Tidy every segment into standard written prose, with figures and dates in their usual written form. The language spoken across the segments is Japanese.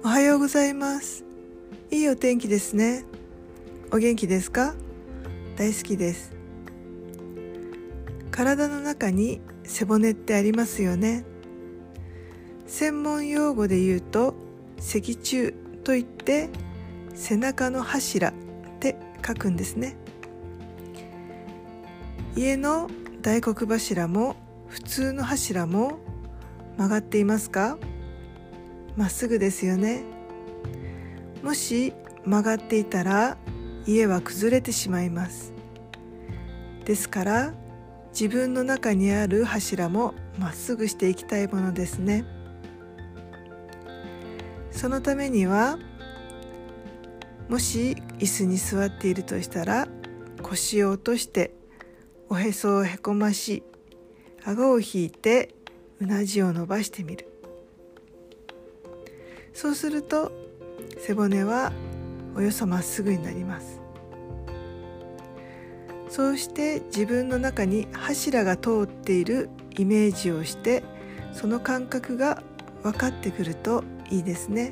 おはようございます。いいお天気ですね。お元気ですか？大好きです。体の中に背骨ってありますよね。専門用語で言うと脊柱といって背中の柱って書くんですね。家の大黒柱も普通の柱も曲がっていますか？まっすぐですよね。もし曲がっていたら家は崩れてしまいます。ですから自分の中にある柱もまっすぐしていきたいものですね。そのためには、もし椅子に座っているとしたら腰を落としておへそをへこまし、顎を引いてうなじを伸ばしてみる。そうすると背骨はおよそまっすぐになります。そうして自分の中に柱が通っているイメージをして、その感覚が分かってくるといいですね。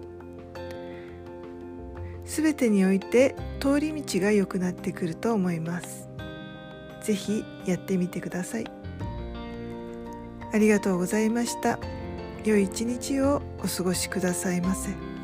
すべてにおいて通り道が良くなってくると思います。ぜひやってみてください。ありがとうございました。良い一日をお過ごしくださいませ。